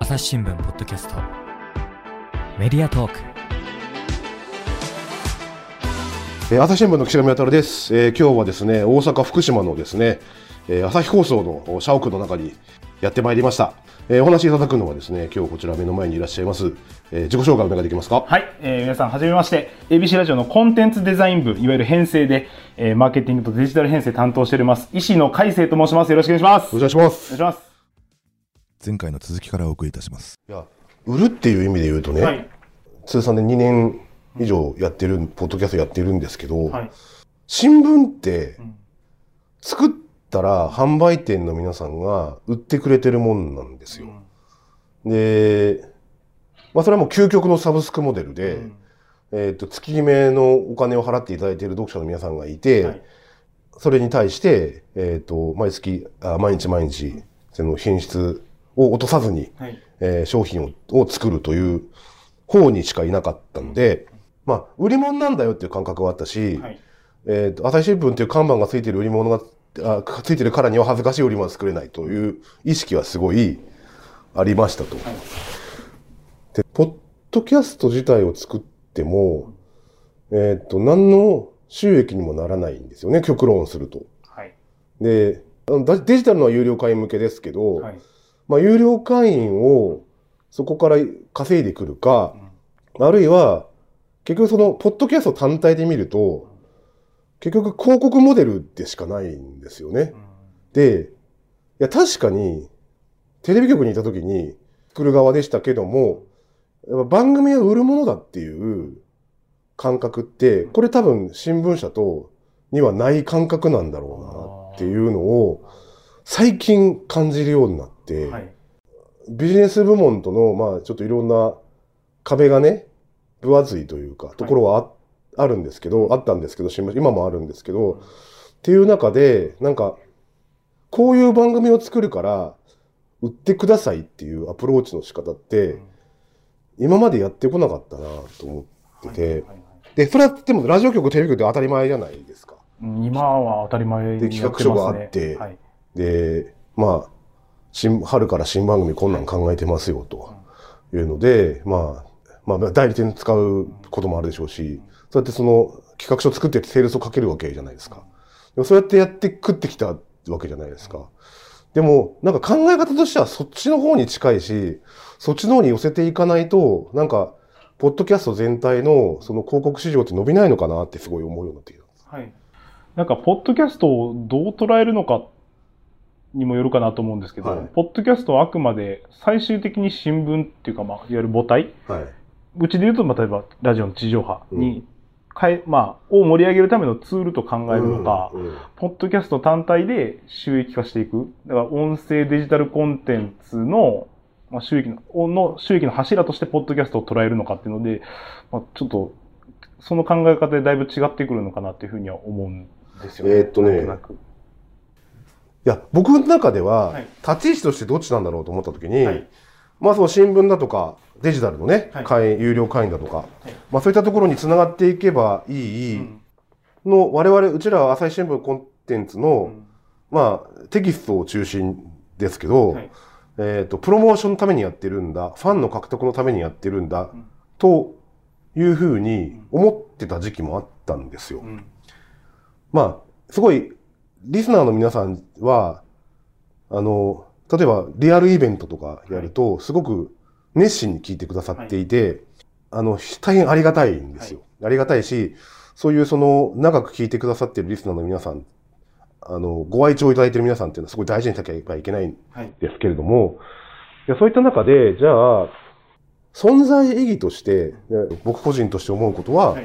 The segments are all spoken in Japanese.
朝日新聞ポッドキャストメディアトーク。 朝日新聞の岸上渉です。今日はですね、大阪福島のですね、朝日放送の社屋の中にやってまいりました。お話しいただくのはですね、今日こちら目の前にいらっしゃいます、自己紹介お願いできますか。 はい、皆さんはじめまして。 ABC ラジオのコンテンツデザイン部、いわゆる編成で、マーケティングとデジタル編成担当しております石野海生と申します。よろしくお願いします。 お願いします。 お願いします。 前回の続きからお送りいたします。 いや、売るっていう意味で言うとね、はい、通算で2年以上やってる、ポッドキャストやってるんですけど、はい、新聞って作ったら販売店の皆さんが売ってくれてるもんなんですよ。で、それはもう究極のサブスクモデルで、月決めのお金を払っていただいている読者の皆さんがいて、はい、それに対して、毎日その品質を落とさずに、はい、商品を作るという方にしかいなかったので、売り物なんだよっていう感覚はあったし、はい、朝日新聞っていう看板がついている売り物がついてるからには恥ずかしい売り物は作れないという意識はすごいありましたと。はい、で、ポッドキャスト自体を作っても、何の収益にもならないんですよね、極論すると。はい、で、デジタルのは有料会員向けですけど、はい、有料会員をそこから稼いでくるか、あるいは、結局その、ポッドキャスト単体で見ると、結局広告モデルでしかないんですよね。で、いや確かに、テレビ局にいた時に作る側でしたけども、番組は売るものだっていう感覚って、これ多分新聞社にはない感覚なんだろうなっていうのを最近感じるようになって、はい、ビジネス部門との、ちょっといろんな壁がね、分厚いというか、ところはあるんですけど、あったんですけど、今もあるんですけど、っていう中で、こういう番組を作るから、売ってくださいっていうアプローチの仕方って、今までやってこなかったなと思ってて、で、それはでもラジオ局、テレビ局って当たり前じゃないですか。 今は当たり前にやってますね。 で、企画書があって、はい、で、春から新番組こんなん考えてますよというので、代理店使うこともあるでしょうし、そうやってその企画書作ってセールスをかけるわけじゃないですか。でもそうやってやって食ってきたわけじゃないですか。でも、考え方としてはそっちの方に近いし、そっちの方に寄せていかないと、ポッドキャスト全体のその広告市場って伸びないのかなってすごい思うようになってきた。 はい。ポッドキャストをどう捉えるのかにもよるかなと思うんですけど、はい、ポッドキャストはあくまで最終的に新聞っていうか、いわゆる母体、はい、うちで言うと、例えばラジオの地上波にを盛り上げるためのツールと考えるのか、ポッドキャスト単体で収益化していく。だから音声デジタルコンテンツの収益の柱としてポッドキャストを捉えるのかっていうので、ちょっとその考え方でだいぶ違ってくるのかなっていうふうには思うんですよね。 いや、僕の中では、立ち位置としてどっちなんだろうと思ったときに、はい、その新聞だとか、デジタルのね、有料会員だとか、そういったところにつながっていけばいいの、うちらは朝日新聞コンテンツの、テキストを中心ですけど、プロモーションのためにやってるんだ、ファンの獲得のためにやってるんだ、というふうに思ってた時期もあったんですよ。すごい、リスナーの皆さんは、例えばリアルイベントとかやると、すごく熱心に聞いてくださっていて、大変ありがたいんですよ。ありがたいし、そういう長く聞いてくださっているリスナーの皆さん、ご愛聴いただいている皆さんっていうのはすごい大事にしなきゃいけないんですけれども、そういった中で、じゃあ、存在意義として、僕個人として思うことは、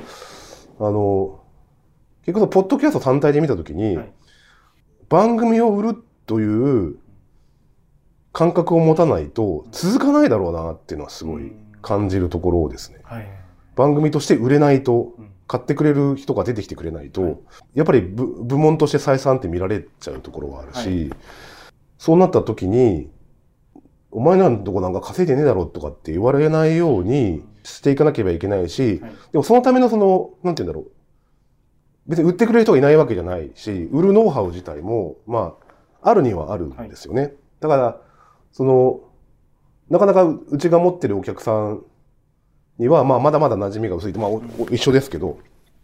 結局ポッドキャスト単体で見たときに、番組を売るという感覚を持たないと続かないだろうなっていうのはすごい感じるところですね。番組として売れないと、買ってくれる人が出てきてくれないと、やっぱり部門として採算って見られちゃうところはあるし、そうなった時に、お前なんとこ稼いでねえだろうとかって言われないようにしていかなければいけないし、でもそのためのなんて言うんだろう。別に売ってくれる人がいないわけじゃないし、売るノウハウ自体も、あるにはあるんですよね。だから、 なかなかうちが持ってるお客さんには、まあ、まだまだ馴染みが薄い。まあ、一緒ですけど、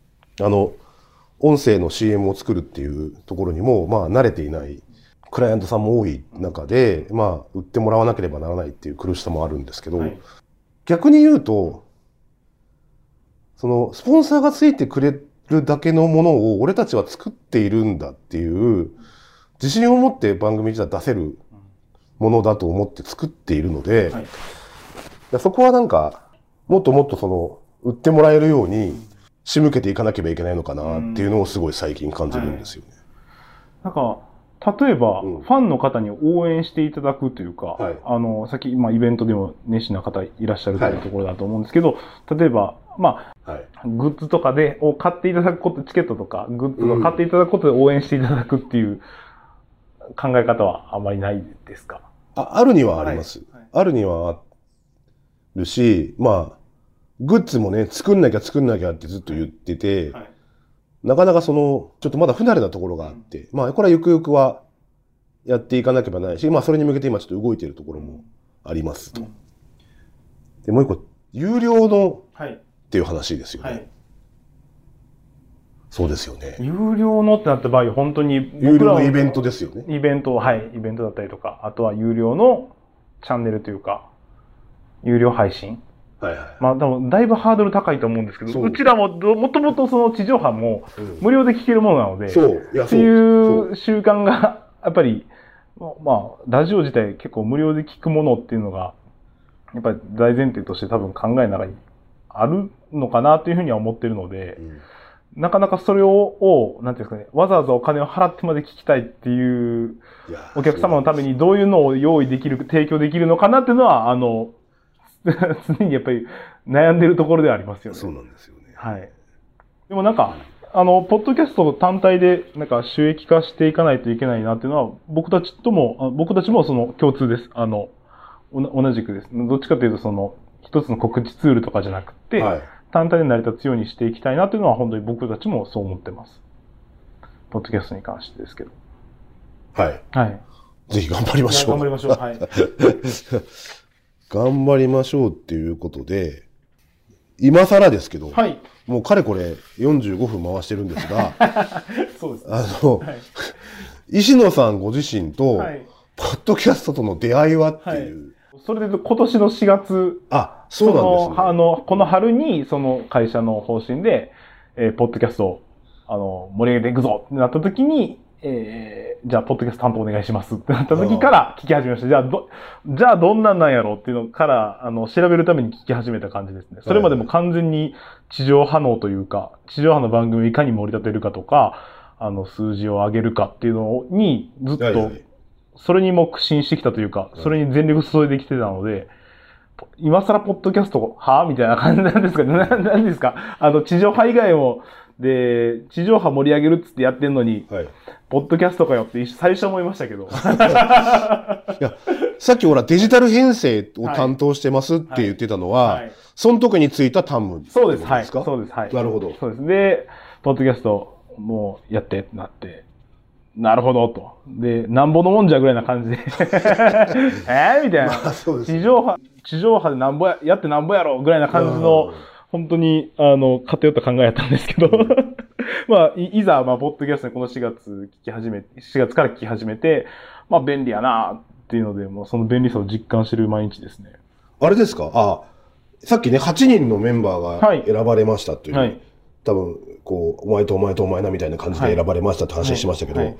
音声の CM を作るっていうところにも、まあ、慣れていないクライアントさんも多い中で、まあ、売ってもらわなければならないっていう苦しさもあるんですけど、はい、逆に言うと、その、スポンサーがついてくれるだけのものを俺たちは作っているんだっていう、自信を持って番組自体出せるものだと思って作っているので、はい、そこはなんか、もっともっとその、売ってもらえるように仕向けていかなければいけないのかなっていうのをすごい最近感じるんですよね。 はい、なんか、例えば、ファンの方に応援していただくというか、はい、さっき、まあ、イベントでも熱心な方いらっしゃるというところだと思うんですけど、はい、例えば、まあ、はい、グッズとかを買っていただくこと、チケットとか、グッズを買っていただくことで応援していただくっていう考え方はあまりないですか？ あるにはあります。はいはい、あるにはあるし、まあ、グッズもね、作んなきゃってずっと言ってて、はい、なかなかその、ちょっとまだ不慣れなところがあって、まあ、これはゆくゆくはやっていかなければならないし、まあ、それに向けて今ちょっと動いているところもありますと。で、もう一個、有料のっていう話ですよね。はい、そうですよね。 有料のってなった場合、本当に有料のイベントですよね。 イベント、はい、イベントだったりとか、あとは有料のチャンネルというか、有料配信。はいはい。まあ、多分だいぶハードル高いと思うんですけど、うちらももともとその地上波も無料で聞けるものなので、っていう習慣が、やっぱり、まあ、ラジオ自体結構無料で聞くものっていうのが、やっぱり大前提として多分考えの中にあるのかなというふうには思ってるので、なかなかそれを、なんていうんですかね、わざわざお金を払ってまで聞きたいっていうお客様のためにどういうのを用意できる、提供できるのかなっていうのは、常にやっぱり悩んでるところではありますよね。 そうなんですよね。 はい。でもなんか、ポッドキャスト単体でなんか収益化していかないといけないなっていうのは、僕たちもその共通です。同じくです。どっちかというとその、一つの告知ツールとかじゃなくて、はい、単体で成り立つようにしていきたいなというのは本当に僕たちもそう思ってます。ポッドキャストに関してですけど。 はい。 はい。 ぜひ頑張りましょう。 頑張りましょう。はい。 頑張りましょうっていうことで、今更ですけど、はい、もうかれこれ45分回してるんですが、 そうですね。 はい、石野さんご自身と、ポッドキャストとの出会いはっていう。 はい、それで今年の4月、 そうなんですね。 この春にその会社の方針で、ポッドキャストを盛り上げていくぞってなった時に、じゃあ、ポッドキャスト担当お願いしますってなった時から聞き始めました。じゃあどんなんなんやろうっていうのから、調べるために聞き始めた感じですね。それまでも完全に地上波能というか、地上波の番組をいかに盛り立てるかとか、数字を上げるかっていうのに、ずっと、それにも苦心してきたというか、それに全力注いできてたので、今更ポッドキャスト、みたいな感じなんですかね。何ですか地上波以外も、で、地上波盛り上げるっつってやってんのに、はい、ポッドキャストかよって最初思いましたけど。いや、さっきほらデジタル編成を担当してますって言ってたのは、はいはい、その時についた端文そうです、はい。そうです、はい。 なるほど。 そうです。で、ポッドキャストもうやってってなって、なるほどと。で、なんぼのもんじゃぐらいな感じで。みたいな。まあそうです、ね。地上波でなんぼやってなんぼやろぐらいな感じの、本当に、偏った考えやったんですけど、まあ、いざ、まあ、ポッドキャストにこの4月から聞き始めて、まあ、便利やなっていうので、もうその便利さを実感してる毎日ですね。 あれですか？さっきね、8人のメンバーが選ばれましたという、はい、多分、こう、お前とお前とお前なみたいな感じで選ばれましたって話しましたけど、はいはい、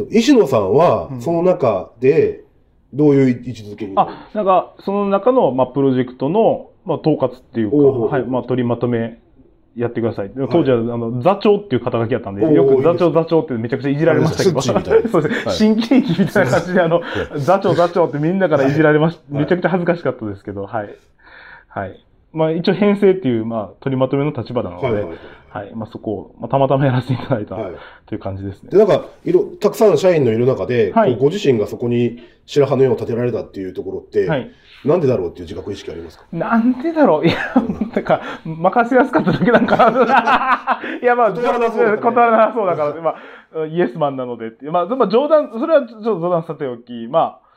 石野さんは、その中で、どういう位置づけに、 なんか、その中の、まあ、プロジェクトの、まあ、統括っていうか、はい、まあ、取りまとめやってください。当時は、座長っていう肩書きやったんで、よく座長ってめちゃくちゃいじられましたけど、そうですね、新喜劇みたいな感じで、座長ってみんなからいじられました。めちゃくちゃ恥ずかしかったですけど、はい。はい。まあ、一応編成っていう、まあ、取りまとめの立場なので、はい。まあ、そこを、まあ、たまたまやらせていただいたという感じですね。 で、なんか、たくさんの社員のいる中で、ご自身がそこに白羽の矢を立てられたっていうところって、なんでだろうっていう自覚意識ありますか？ なんでだろういや、なんか、任せやすかっただけなんかな。いや、まあ、断らなそうだから、まあ、イエスマンなのでって。まあ、冗談、それはちょっと冗談さておき、まあ、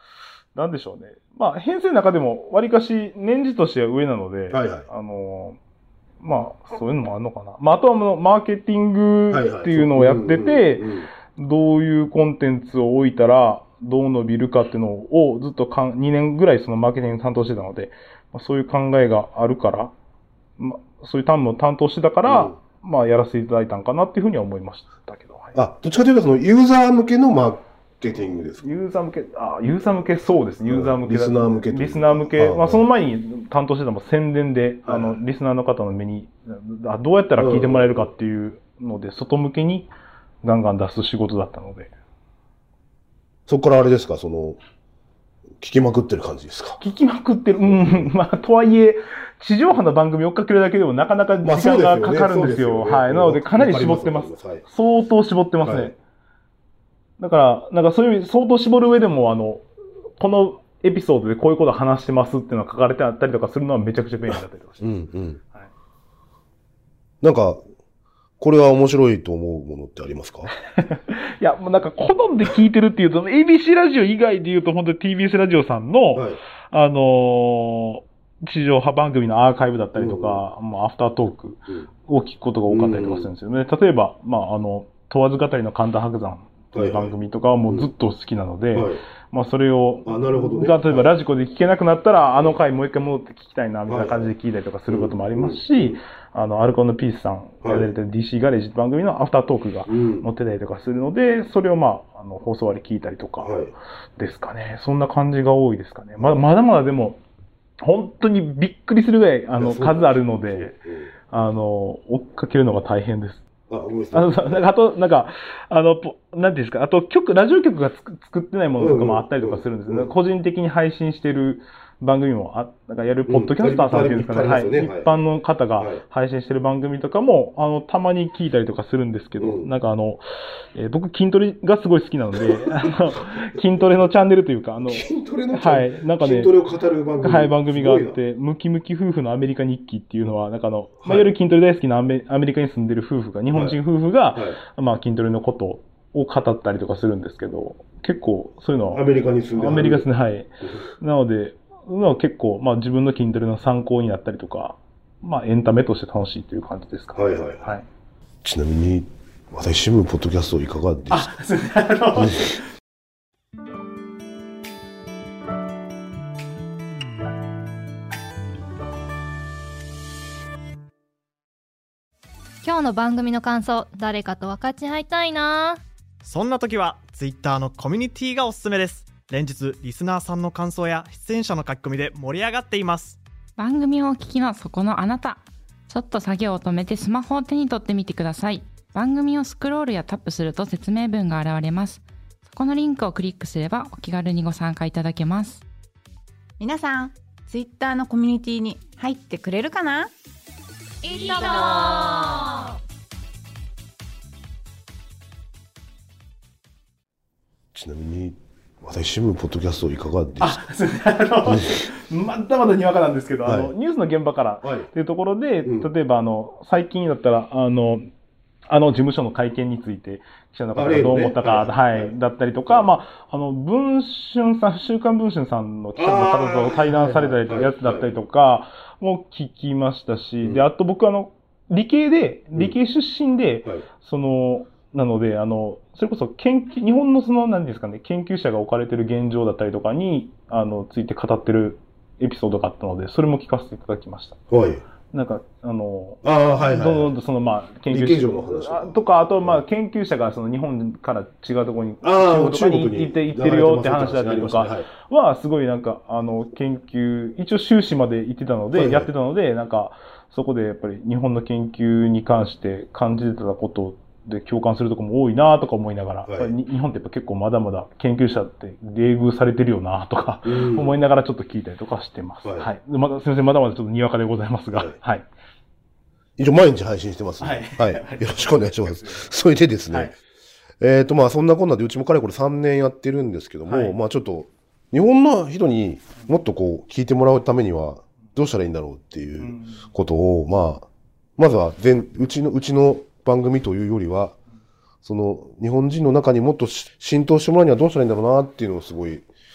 なんでしょうね。まあ、編成の中でも、わりかし年次としては上なので、 はいはい。 まあ、そういうのもあるのかな。まあ、あとはマーケティングっていうのをやってて、どういうコンテンツを置いたら、どう伸びるかっていうのをずっと2年ぐらいそのマーケティング担当してたので、まあ、そういう考えがあるから、まあ、そういう担務を担当してたから、まあ、やらせていただいたんかなっていうふうには思いましたけど。はい、 どっちかというと、そのユーザー向けのマーケティングですか？ ユーザー向け、そうですね。ユーザー向け。 リスナー向け。 リスナー向け。まあ、その前に担当してたのも宣伝で、リスナーの方の目に、どうやったら聞いてもらえるかっていうので、外向けにガンガン出す仕事だったので。 そこからあれですか、聞きまくってる感じですか？ 聞きまくってる。まあ、とはいえ、地上波の番組追っかけるだけでもなかなか時間がかかるんですよ。はい。なので、かなり絞ってます。相当絞ってますね。だから、なんかそういう相当絞る上でも、このエピソードでこういうことを話してますっていうのが書かれてあったりとかするのはめちゃくちゃ便利だったりとかしてます。 なんか、これは面白いと思うものってありますか？ いや、もうなんか好んで聞いてるっていうと、ABC ラジオ以外で言うと、本当に TBS ラジオさんの、地上波番組のアーカイブだったりとか、アフタートークを聞くことが多かったりとかするんですよね。例えば、まあ、問わず語りの神田伯山という番組とかはもうずっと好きなので、まあそれを、例えばラジコで聞けなくなったら、あの回もう一回戻って聞きたいな、みたいな感じで聞いたりとかすることもありますし、アルコ&ピースさんが出てる DC ガレージって番組のアフタートークが載ってたりとかするので、それをまあ、放送終わり聞いたりとかですかね。そんな感じが多いですかね。まだまだでも、本当にびっくりするぐらい、数あるので、追っかけるのが大変です。なんか、なんていうんですか、あとラジオ局が作ってないものとかもあったりとかするんですね。個人的に配信してる番組もなんかやるポッドキャスターさんっていうんですかね。はい。一般の方が配信してる番組とかも、たまに聞いたりとかするんですけど、なんか僕筋トレがすごい好きなので、筋トレのチャンネルというか、 筋トレのチャンネル、はい。なんかね、筋トレを語る番組。 はい、番組があって、ムキムキ夫婦のアメリカ日記っていうのは、なんかまあ、いわゆる筋トレ大好きなアメリカに住んでる夫婦が、日本人夫婦が、まあ、筋トレのことを語ったりとかするんですけど、結構そういうのは、 アメリカに住んでる。 アメリカですね、はい。なので、結構、まあ自分の筋トレの参考になったりとか、まあエンタメとして楽しいという感じですかね。はい。 ちなみに、朝日新聞ポッドキャストいかがですか？ 今日の番組の感想、誰かと分かち合いたいな。 そんな時は Twitter のコミュニティがおすすめです。連日リスナーさんの感想や出演者の書き込みで盛り上がっています。 番組をお聞きのそこのあなた、ちょっと作業を止めてスマホを手に取ってみてください。番組をスクロールやタップすると説明文が現れます。そこのリンクをクリックすればお気軽にご参加いただけます。 皆さん、Twitter のコミュニティに入ってくれるかな？ いいとも。 ちなみに朝日新聞ポッドキャストいかがですか？ まだまだにわかなんですけど、ニュースの現場からというところで、例えば最近だったら、事務所の会見について記者の方がどう思ったか、だったりとか、まあ、文春さん、週刊文春さんの記者の方と対談されたりとかやつだったりとかも聞きましたし、で、あと僕理系出身で、なので、それこそ日本の何ですかね、研究者が置かれている現状だったりとかに、ついて語ってるエピソードがあったので、それも聞かせていただきました。 はい。 なんか、 はいはい。 どんどんまあ、研究者の話とか、あと、まあ、研究者が日本から違うところに、中国に行ってるよって話だったりとかは、すごいなんか、研究、一応修士まで行ってたので、やってたので、なんか、そこでやっぱり日本の研究に関して感じてたことで共感するところも多いなとか思いながら、やっぱり日本ってやっぱ結構まだまだ研究者って冷遇されてるよなとか思いながらちょっと聞いたりとかしてます。はい。すみません、まだまだちょっとにわかでございますが、はい。 一応毎日配信してますので、はい。よろしくお願いします。それでですね、まあそんなこんなでうちもかれこれ3年やってるんですけども、まあちょっと日本の人にもっとこう聞いてもらうためにはどうしたらいいんだろうっていうことを、まずはうちの番組というよりは、日本人の中にもっと浸透してもらうにはどうしたらいいんだろうなっていうのをすごい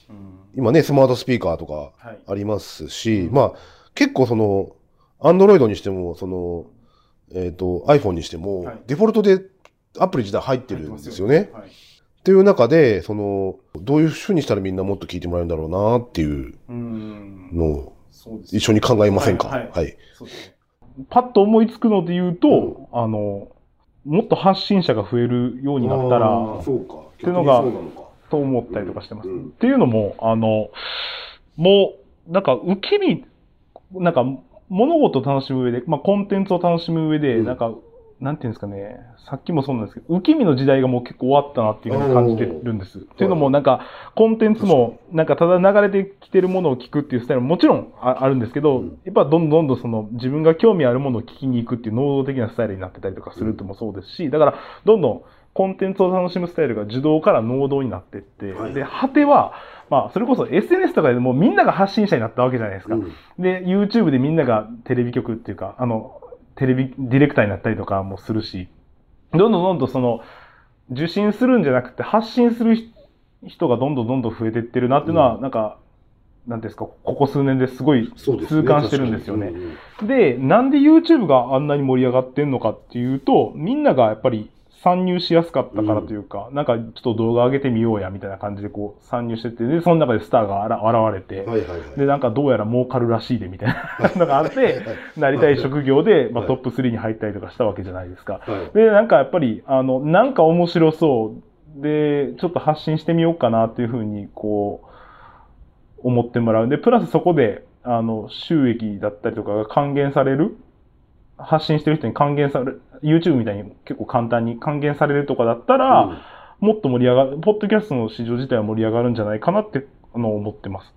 今ね、スマートスピーカーとかありますし、まあ、結構その、Android にしても、その、iPhone にしても、デフォルトでアプリ自体入ってるんですよね。っていう中で、その、どういうふうにしたらみんなもっと聞いてもらえるんだろうなっていうのを一緒に考えませんか。はい。 パッと思いつくので言うと、もっと発信者が増えるようになったら、っていうのが、と思ったりとかしてます。っていうのも、もう、なんか、受け身、なんか、物事を楽しむ上で、まあ、コンテンツを楽しむ上で、なんか、なんていうんですかね、さっきもそうなんですけど、受け身の時代がもう結構終わったなっていうふうに感じてるんです。っていうのも、なんか、コンテンツも、なんか、ただ流れてきてるものを聞くっていうスタイルももちろんあるんですけど、やっぱどんどんその、自分が興味あるものを聞きに行くっていう能動的なスタイルになってたりとかするともそうですし、だから、どんどんコンテンツを楽しむスタイルが受動から能動になっていって、で、果ては、まあ、それこそ SNS とかでもみんなが発信者になったわけじゃないですか。で、YouTube でみんながテレビ局っていうか、テレビディレクターになったりとかもするし、どんどんその、受信するんじゃなくて発信する人がどんどん増えていってるなっていうのは、なんか、なんですか、ここ数年ですごい痛感してるんですよね。で、なんで YouTube があんなに盛り上がってんのかっていうと、みんながやっぱり参入しやすかったからというか、なんかちょっと動画上げてみようやみたいな感じでこう参入してて、で、その中でスターが現れて、で、なんかどうやら儲かるらしいでみたいなのがあって、なりたい職業で、まあ、トップ3に入ったりとかしたわけじゃないですか。で、なんかやっぱり、なんか面白そうで、ちょっと発信してみようかなっていうふうに、こう、思ってもらう。で、プラスそこで、収益だったりとかが還元される。発信してる人に還元される。YouTube みたいに結構簡単に還元されるとかだったら、もっと盛り上がる、ポッドキャストの市場自体は盛り上がるんじゃないかなって、思ってます。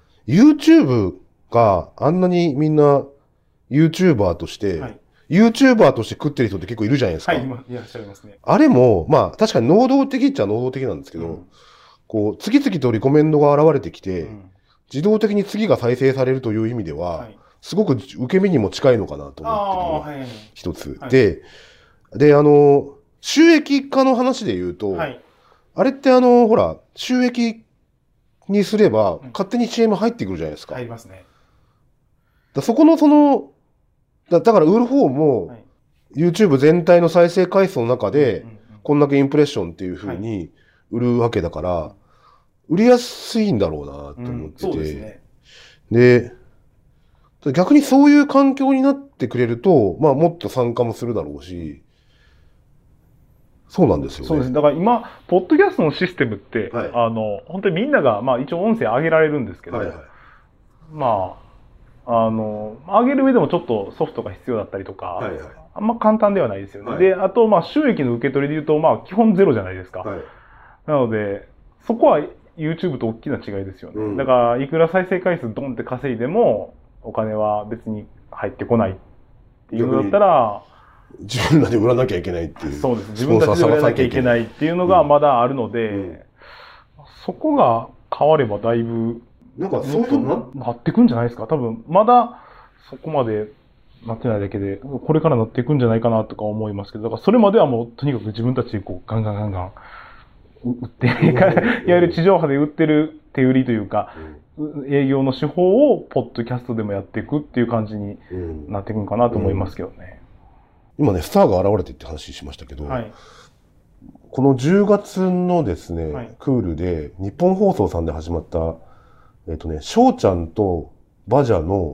YouTube があんなにみんな YouTuber として、YouTuber として食ってる人って結構いるじゃないですか。 いらっしゃいますね。 あれも、まあ確かに能動的っちゃ能動的なんですけど、こう、次々とリコメンドが現れてきて、自動的に次が再生されるという意味では、すごく受け身にも近いのかなと思ってる一つ。で、収益化の話で言うと、あれってほら、収益にすれば、勝手に CM 入ってくるじゃないですか。 入りますね。 そこのだから売る方も、YouTube 全体の再生回数の中で、こんだけインプレッションっていう風に売るわけだから、売りやすいんだろうなと思ってて。で、逆にそういう環境になってくれると、まあもっと参加もするだろうし、そうなんですよね。 そうです。だから今、ポッドキャストのシステムって、本当にみんなが、まあ一応音声上げられるんですけど、まあ、上げる上でもちょっとソフトが必要だったりとか、あんま簡単ではないですよね。で、あと、まあ収益の受け取りで言うと、まあ基本ゼロじゃないですか。なので、そこは YouTube と大きな違いですよね。だから、いくら再生回数ドンって稼いでも、お金は別に入ってこないっていうのだったら、 自分らで売らなきゃいけないっていう。 そうです。自分たちで売らなきゃいけないっていうのがまだあるので、そこが変わればだいぶ、 なんかそうなってくんじゃないですか。多分、まだそこまでなってないだけで、これからなっていくんじゃないかなとか思いますけど、だからそれまではもうとにかく自分たちでこうガンガン売って、いわゆる地上波で売ってる手売りというか、営業の手法をポッドキャストでもやっていくっていう感じになっていくんかなと思いますけどね。 今ね、スターが現れてって話しましたけど、この10月のですね、クールで日本放送さんで始まった、翔ちゃんとバジャの、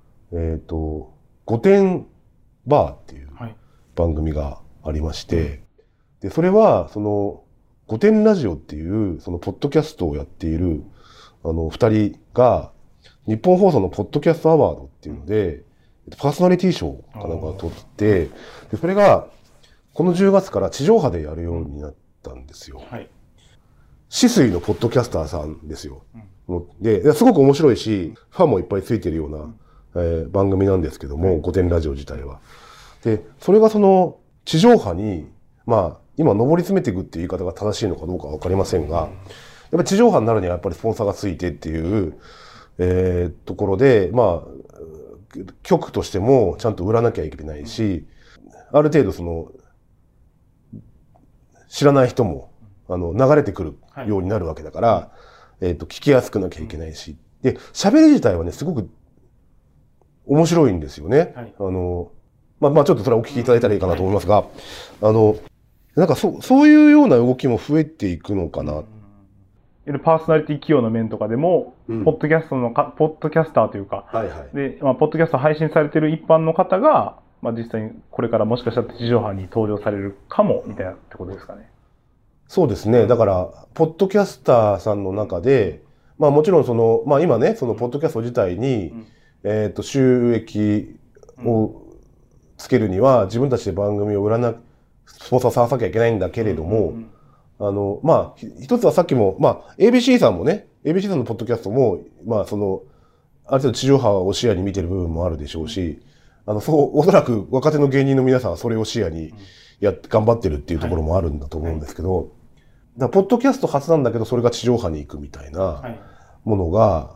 御殿バーっていう番組がありまして、で、それは、その、御殿ラジオっていう、その、ポッドキャストをやっている、二人が、日本放送のポッドキャストアワードっていうので、パーソナリティ賞かなんかを取って、で、それが、この10月から地上波でやるようになったんですよ。止水のポッドキャスターさんですよ。で、すごく面白いし、ファンもいっぱいついてるような、番組なんですけども、御殿ラジオ自体は。で、それがその、地上波に、まあ、今上り詰めていくっていう言い方が正しいのかどうかわかりませんが、やっぱり地上波になるにはやっぱりスポンサーがついてっていう、ところで、まあ、局としてもちゃんと売らなきゃいけないし、ある程度その、知らない人も、流れてくるようになるわけだから、 聞きやすくなきゃいけないし。で、喋り自体はね、すごく面白いんですよね。はい、まあちょっとそれはお聞きいただいたらいいかなと思いますが、なんかそういうような動きも増えていくのかな。 パーソナリティ起用の面とかでも、ポッドキャスターというか、で、ポッドキャスト配信されている一般の方が、実際にこれからもしかしたら地上波に登場されるかも、みたいなってことですかね。 そうですね。だから、ポッドキャスターさんの中で、もちろん今ね、そのポッドキャスト自体に、収益をつけるには、自分たちで番組をスポンサーさなきゃいけないんだけれども、一つはさっきも、ABC さんもね、ABC さんのポッドキャストも、ある程度地上波を視野に見てる部分もあるでしょうし、おそらく若手の芸人の皆さんはそれを視野に頑張ってるっていうところもあるんだと思うんですけど、だからポッドキャスト初なんだけど、それが地上波に行くみたいなものが、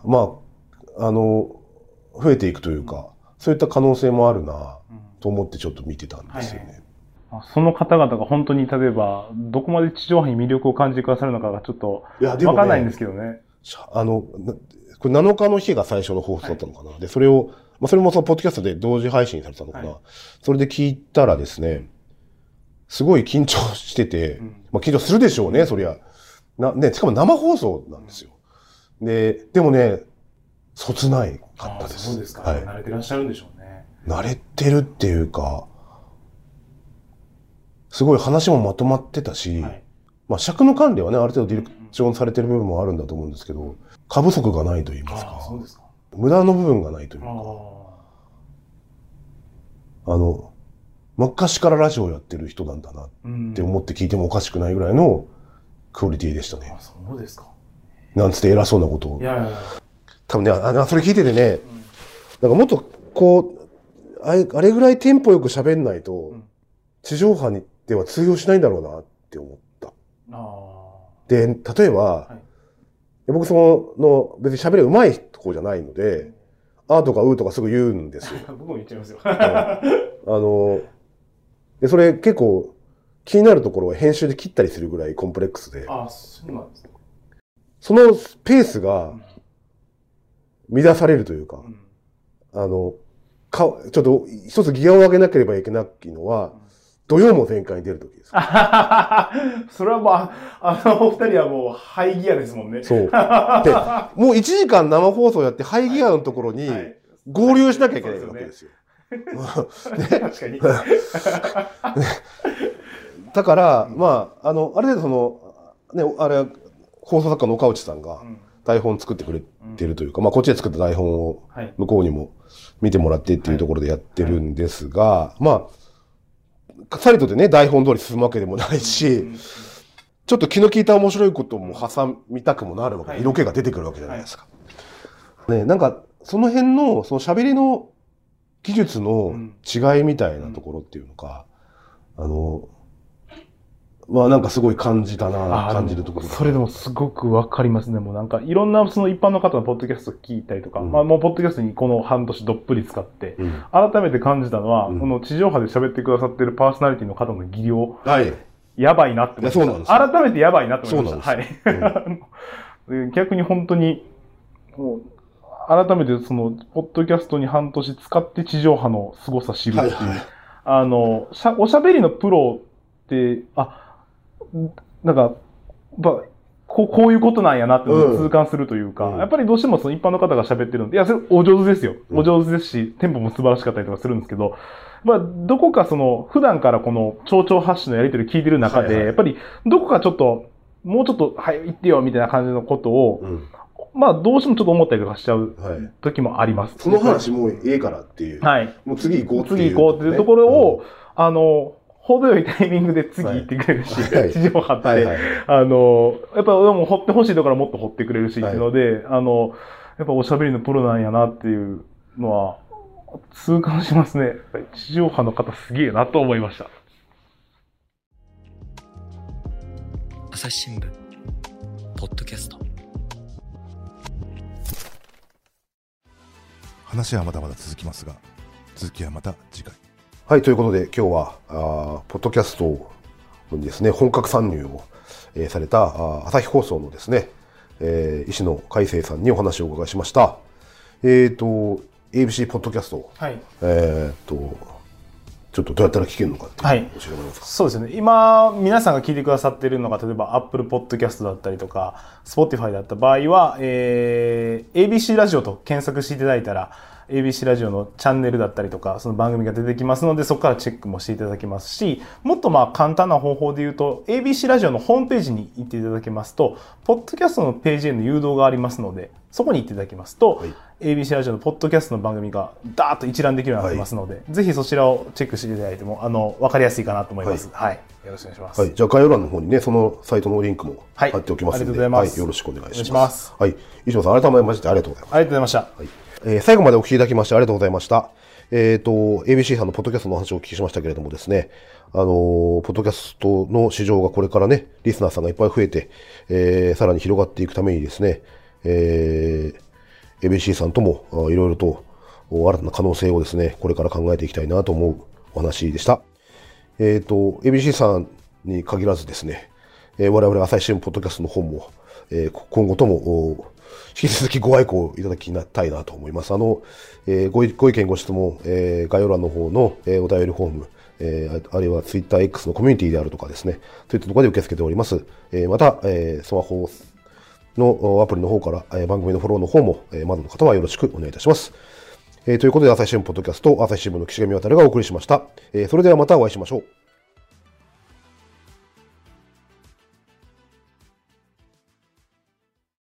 増えていくというか、そういった可能性もあるなと思ってちょっと見てたんですよね。 その方々が本当に例えば、どこまで地上波に魅力を感じてくださるのかがちょっとわかんないんですけどね。 これ7日の日が最初の放送だったのかな。で、それもそのポッドキャストで同時配信されたのかな。それで聞いたらですね、すごい緊張してて、緊張するでしょうね、そりゃ。しかも生放送なんですよ。でもね、そつないかったです。 そうですか。慣れてらっしゃるんでしょうね。 慣れてるっていうか、すごい話もまとまってたし、尺の管理はね、ある程度ディレクションされてる部分もあるんだと思うんですけど、過不足がないと言いますか、無駄の部分がないというか、昔からラジオやってる人なんだなって思って聞いてもおかしくないぐらいのクオリティでしたね。 そうですか。 なんつって偉そうなことを。多分ね、それ聞いててね、なんかもっとあれぐらいテンポよく喋んないと、地上波では通用しないんだろうなって思った。で、例えば、僕別に喋り上手い方じゃないので、あとかうとかすぐ言うんですよ。 僕も言っちゃいますよ。 で、それ結構気になるところは編集で切ったりするぐらいコンプレックスで。 そうなんですね。 そのペースが乱されるというか、ちょっと一つギアを上げなければいけないのは、土曜も全開に出るときです。 それはお二人はもうハイギアですもんね。 そう。で、もう1時間生放送やってハイギアのところに合流しなきゃいけないわけですよ。 確かに。 だから、ある程度放送作家の岡内さんが台本作ってくれてるというか、こっちで作った台本を向こうにも見てもらってっていうところでやってるんですが、さりとでね、台本通り進むわけでもないし、ちょっと気の利いた面白いことも挟みたくもなるわけで、色気が出てくるわけじゃないですか。ね、なんか、その辺の、その喋りの技術の違いみたいなところっていうのか、なんかすごい感じるところ。 それでもすごくわかりますね。もうなんかいろんなその一般の方のポッドキャスト聞いたりとか、もうポッドキャストにこの半年どっぷり使って、改めて感じたのは、この地上波で喋ってくださってるパーソナリティの方の技量、やばいなって思いました。改めてやばいなって思いました。逆に本当に、もう改めてその、ポッドキャストに半年使って地上波の凄さ知るっていう、おしゃべりのプロって、なんか、こういうことなんやなって痛感するというか、やっぱりどうしてもその一般の方が喋ってるんで、それお上手ですよ。お上手ですし、テンポも素晴らしかったりとかするんですけど、どこかその、普段からこの丁々発信のやり取り聞いてる中で、やっぱりどこかちょっと、もうちょっと、言ってよみたいな感じのことを、どうしてもちょっと思ったりとかしちゃう時もあります。 その話もうええからっていう。もう次行こうっていう。 次行こうっていうところを、程よいタイミングで次行ってくれるし、地上波って、やっぱもう掘ってほしいところはもっと掘ってくれるし、っていうので、やっぱおしゃべりのプロなんやなっていうのは、痛感しますね。地上波の方すげえなと思いました。 朝日新聞ポッドキャスト。 話はまだまだ続きますが、続きはまた次回。 はい、ということで今日はポッドキャストにですね、本格参入を、された朝日放送のですね、 石野海生さんにお話をお伺いしました。ABC ポッドキャスト、はい、ちょっとどうやったら聞けるのかっていう教えてもらえますか。 そうですね。今皆さんが聞いてくださっているのが例えば Apple Podcast だったりとか Spotify だった場合は、ABC ラジオと検索していただいたら ABC ラジオのチャンネルだったりとかその番組が出てきますのでそこからチェックもしていただけますし、もっと簡単な方法で言うと ABC ラジオのホームページに行っていただけますとポッドキャストのページへの誘導がありますのでそこに行っていただきますと、はい、ABC ラジオのポッドキャストの番組がダーッと一覧できるようになってますので、はい、ぜひそちらをチェックしていただいても分かりやすいかなと思います。はい、はい、よろしくお願いします。 はい、じゃあ概要欄の方にねそのサイトのリンクも貼っておきますので、はい、はい、よろしくお願いします。はい、石野さん改めましてありがとうございます。 ありがとうございました。はい、 最後までお聞きいただきましてありがとうございました。ABC さんのポッドキャストの話をお聞きしましたけれどもですね、ポッドキャストの市場がこれからね、リスナーさんがいっぱい増えて、さらに広がっていくためにですね、ABC さんともいろいろと新たな可能性をですね、これから考えていきたいなと思うお話でした。ABC さんに限らずですね、我々朝日新聞ポッドキャストの方も、今後とも引き続きご愛顧いただきたいなと思います。ご意見ご質問、概要欄の方の、お便りフォーム、あるいは TwitterX のコミュニティであるとかですね、そういったところで受け付けております。また、スマホのアプリの方から、番組のフォローの方も、まだの方はよろしくお願いいたします。ということで、朝日新聞ポッドキャスト、朝日新聞の岸上渉がお送りしました。それではまたお会いしましょう。